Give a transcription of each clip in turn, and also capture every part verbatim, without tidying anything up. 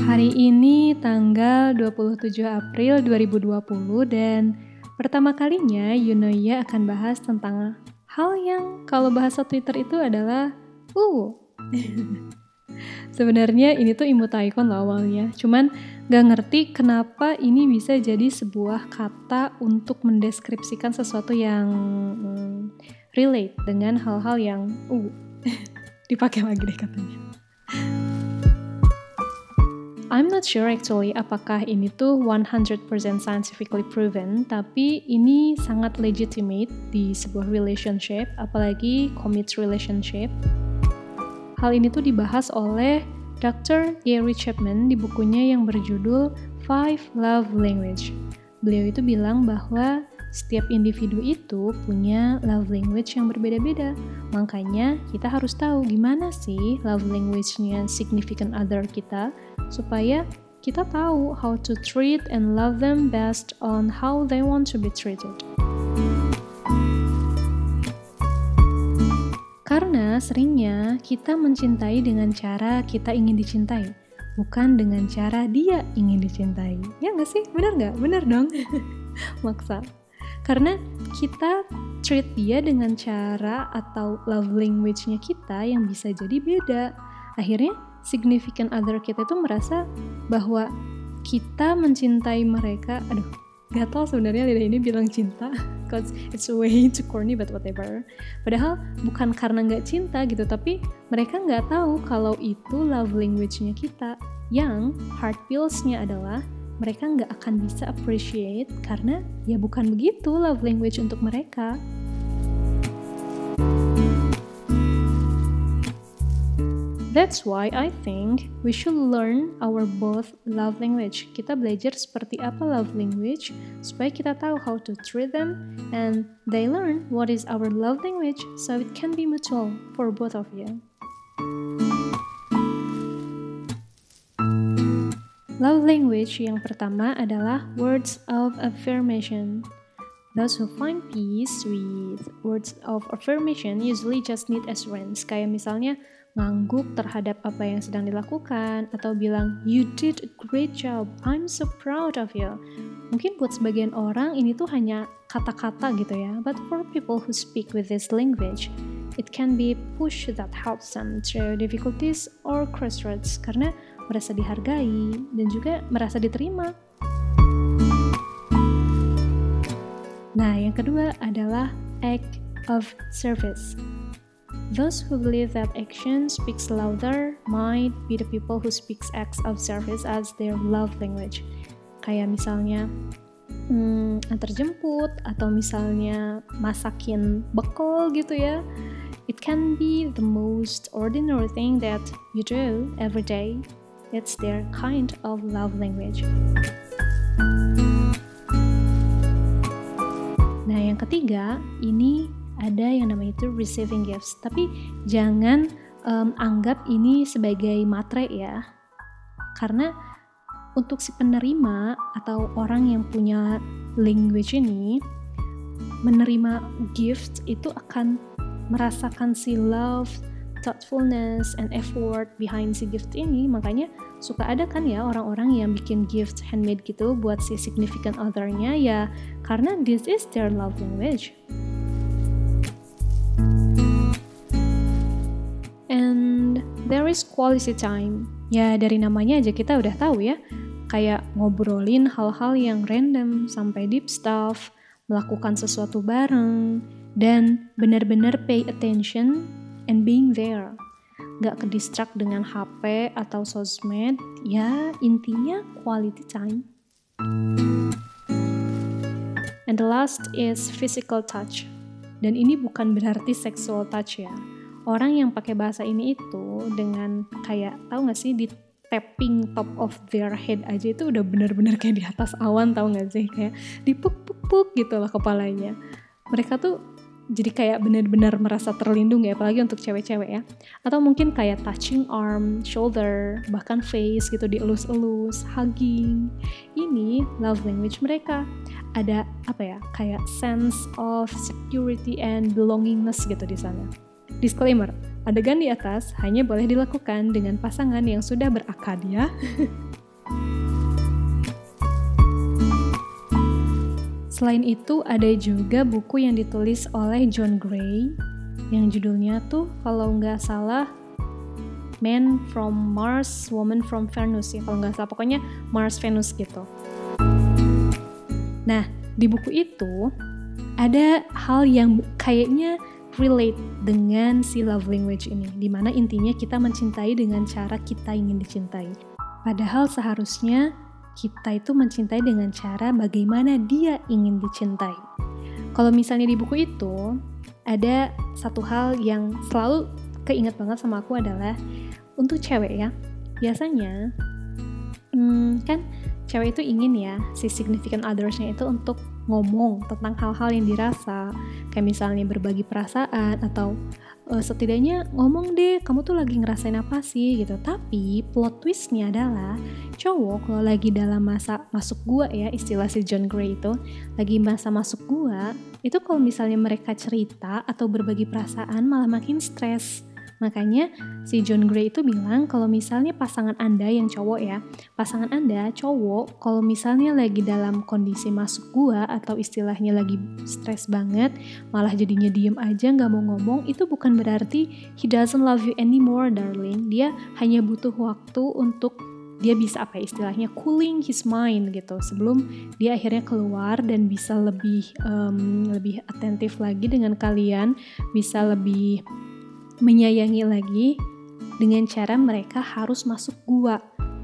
Hari ini tanggal dua puluh tujuh April dua ribu dua puluh dan pertama kalinya Yunoya akan bahas tentang hal yang kalau bahasa Twitter itu adalah uh. Sebenarnya ini tuh emoticon loh awalnya, cuman gak ngerti kenapa ini bisa jadi sebuah kata untuk mendeskripsikan sesuatu yang hmm, relate dengan hal-hal yang uh. Dipakai lagi deh katanya. I'm not sure actually apakah ini tuh one hundred percent scientifically proven, tapi ini sangat legitimate di sebuah relationship, apalagi commit relationship. Hal ini tuh dibahas oleh dokter Gary Chapman di bukunya yang berjudul Five Love Language. Beliau itu bilang bahwa setiap individu itu punya love language yang berbeda-beda. Makanya kita harus tahu gimana sih love language-nya significant other kita, supaya kita tahu how to treat and love them based on how they want to be treated. Karena seringnya kita mencintai dengan cara kita ingin dicintai, bukan dengan cara dia ingin dicintai. Ya nggak sih? Benar nggak? Benar dong. Maksa. Karena kita treat dia dengan cara atau love language-nya kita yang bisa jadi beda. Akhirnya significant other kita itu merasa bahwa kita mencintai mereka. Aduh, gatal sebenarnya lidah ini bilang cinta, cause it's way too corny but whatever. Padahal bukan karena nggak cinta gitu, tapi mereka nggak tahu kalau itu love language-nya kita. Yang hard feels-nya adalah mereka nggak akan bisa appreciate karena ya bukan begitu love language untuk mereka. That's why I think we should learn our both love language. Kita belajar seperti apa love language supaya kita tahu how to treat them and they learn what is our love language so it can be mutual for both of you. Love language yang pertama adalah words of affirmation. Those who find peace with words of affirmation usually just need assurance. Kayak misalnya ngangguk terhadap apa yang sedang dilakukan atau bilang you did a great job, I'm so proud of you. Mungkin buat sebagian orang ini tuh hanya kata-kata gitu ya, but for people who speak with this language, it can be push that helps them through difficulties or crossroads karena merasa dihargai dan juga merasa diterima. Nah, yang kedua adalah act of service. Those who believe that action speaks louder might be the people who speaks acts of service as their love language. Kayak misalnya hmm, antar jemput atau misalnya masakin bekal gitu ya. It can be the most ordinary thing that you do every day. It's their kind of love language. Nah, yang ketiga, ini ada yang namanya itu receiving gifts. Tapi jangan um, anggap ini sebagai matre ya. Karena untuk si penerima atau orang yang punya language ini, menerima gift itu akan merasakan si love, thoughtfulness, and effort behind si gift ini. Makanya suka ada kan ya orang-orang yang bikin gift handmade gitu buat si significant other-nya ya karena this is their love language. And there is quality time. Ya dari namanya aja kita udah tahu ya, kayak ngobrolin hal-hal yang random sampai deep stuff, melakukan sesuatu bareng, dan benar-benar pay attention and being there. Gak ke-distract dengan H P atau sosmed, ya intinya quality time. And the last is physical touch. Dan ini bukan berarti sexual touch ya. Orang yang pakai bahasa ini itu dengan kayak, tahu gak sih, di tapping top of their head aja itu udah benar-benar kayak di atas awan, tahu gak sih? Kayak dipuk-puk-puk gitu lah kepalanya. Mereka tuh jadi kayak benar-benar merasa terlindung ya, apalagi untuk cewek-cewek ya. Atau mungkin kayak touching arm, shoulder, bahkan face gitu, dielus-elus, hugging. Ini love language mereka. Ada apa ya, kayak sense of security and belongingness gitu di sana. Disclaimer, adegan di atas hanya boleh dilakukan dengan pasangan yang sudah berakad ya. Selain itu ada juga buku yang ditulis oleh John Gray yang judulnya tuh kalau nggak salah Man from Mars, Woman from Venus ya kalau nggak salah, pokoknya Mars Venus gitu. Nah di buku itu ada hal yang kayaknya relate dengan si love language ini, dimana intinya kita mencintai dengan cara kita ingin dicintai. Padahal seharusnya kita itu mencintai dengan cara bagaimana dia ingin dicintai. Kalau misalnya di buku itu ada satu hal yang selalu keinget banget sama aku adalah untuk cewek ya, biasanya hmm, kan cewek itu ingin ya si significant others-nya itu untuk ngomong tentang hal-hal yang dirasa, kayak misalnya berbagi perasaan atau uh, setidaknya ngomong deh kamu tuh lagi ngerasain apa sih gitu. Tapi plot twist-nya adalah cowok kalau lagi dalam masa masuk gua ya, istilah si John Gray itu lagi masa masuk gua, itu kalau misalnya mereka cerita atau berbagi perasaan malah makin stres. Makanya si John Gray itu bilang kalau misalnya pasangan Anda yang cowok ya, pasangan Anda cowok kalau misalnya lagi dalam kondisi masuk gua atau istilahnya lagi stres banget, malah jadinya diem aja gak mau ngomong, itu bukan berarti he doesn't love you anymore darling. Dia hanya butuh waktu untuk dia bisa apa istilahnya cooling his mind gitu sebelum dia akhirnya keluar dan bisa lebih um, lebih atentif lagi dengan kalian, bisa lebih menyayangi lagi dengan cara mereka harus masuk gua.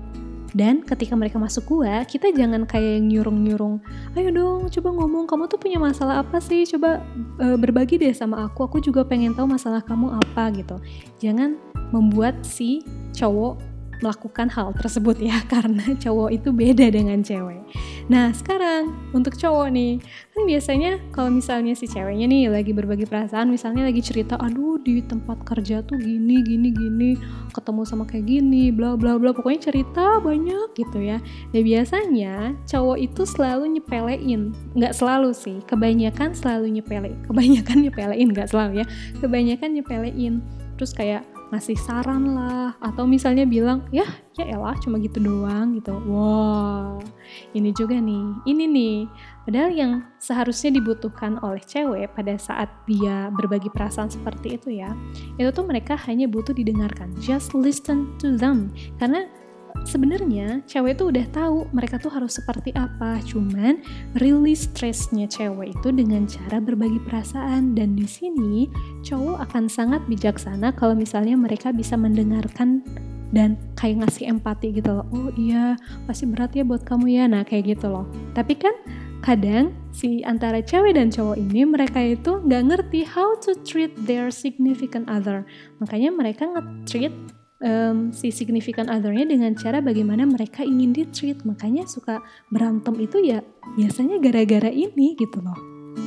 Dan ketika mereka masuk gua, kita jangan kayak yang nyurung-nyurung, ayo dong coba ngomong, kamu tuh punya masalah apa sih, coba e, berbagi deh sama aku, aku juga pengen tahu masalah kamu apa gitu. Jangan membuat si cowok melakukan hal tersebut ya, karena cowok itu beda dengan cewek. Nah sekarang untuk cowok nih, kan biasanya kalau misalnya si ceweknya nih lagi berbagi perasaan, misalnya lagi cerita, aduh di tempat kerja tuh gini gini gini, ketemu sama kayak gini, bla bla bla, pokoknya cerita banyak gitu ya. Dan biasanya cowok itu selalu nyepelein, nggak selalu sih, kebanyakan selalu nyepele, kebanyakan nyepelein, nggak selalu ya, kebanyakan nyepelein, terus kayak ngasih saran lah, atau misalnya bilang, ya ya elah cuma gitu doang gitu. Wow, ini juga nih, ini nih, padahal yang seharusnya dibutuhkan oleh cewek pada saat dia berbagi perasaan seperti itu ya, itu tuh mereka hanya butuh didengarkan, just listen to them. Karena sebenarnya cewek tuh udah tahu mereka tuh harus seperti apa, cuman release stresnya cewek itu dengan cara berbagi perasaan. Dan di sini cowok akan sangat bijaksana kalau misalnya mereka bisa mendengarkan dan kayak ngasih empati gitu loh. Oh iya, pasti berat ya buat kamu ya, nah kayak gitu loh. Tapi kan kadang si antara cewek dan cowok ini mereka itu nggak ngerti how to treat their significant other, makanya mereka nge-treat Um, si significant other-nya dengan cara bagaimana mereka ingin di-treat. Makanya suka berantem itu ya biasanya gara-gara ini gitu loh.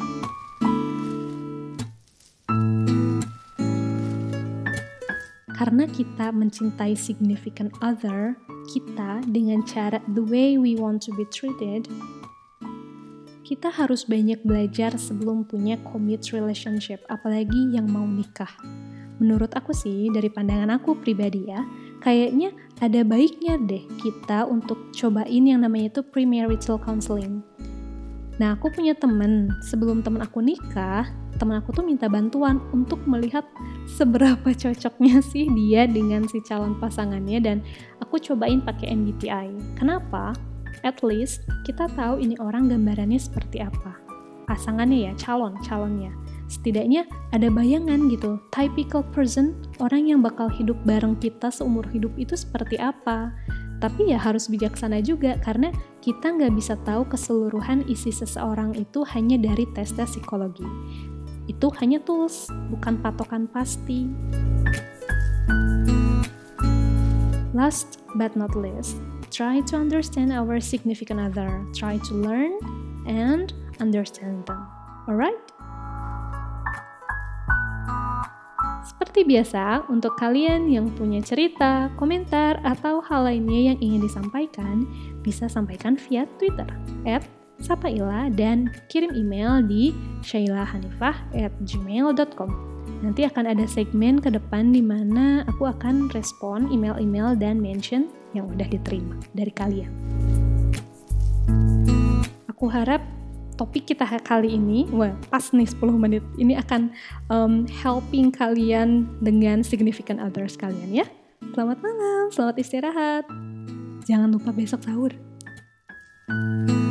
Karena kita mencintai significant other kita dengan cara the way we want to be treated, kita harus banyak belajar sebelum punya commit relationship, apalagi yang mau nikah. Menurut aku sih, dari pandangan aku pribadi ya, kayaknya ada baiknya deh kita untuk cobain yang namanya itu premarital counseling. Nah, aku punya temen, sebelum temen aku nikah, temen aku tuh minta bantuan untuk melihat seberapa cocoknya sih dia dengan si calon pasangannya, dan aku cobain pakai M B T I. Kenapa? At least kita tahu ini orang gambarannya seperti apa. Pasangannya ya, calon, calonnya. Setidaknya ada bayangan gitu, typical person, orang yang bakal hidup bareng kita seumur hidup itu seperti apa. Tapi ya harus bijaksana juga, karena kita nggak bisa tahu keseluruhan isi seseorang itu hanya dari tes-tes psikologi. Itu hanya tools, bukan patokan pasti. Last but not least, try to understand our significant other. Try to learn and understand them. Alright? Seperti biasa, untuk kalian yang punya cerita, komentar, atau hal lainnya yang ingin disampaikan, bisa sampaikan via Twitter at sapaila dan kirim email di shailahanifah at gmail dot com. Nanti akan ada segmen ke depan di mana aku akan respon email-email dan mention yang udah diterima dari kalian. Aku harap topik kita kali ini, wah pas nih sepuluh menit, ini akan um, helping kalian dengan significant others kalian ya. Selamat malam, selamat istirahat. Jangan lupa besok sahur.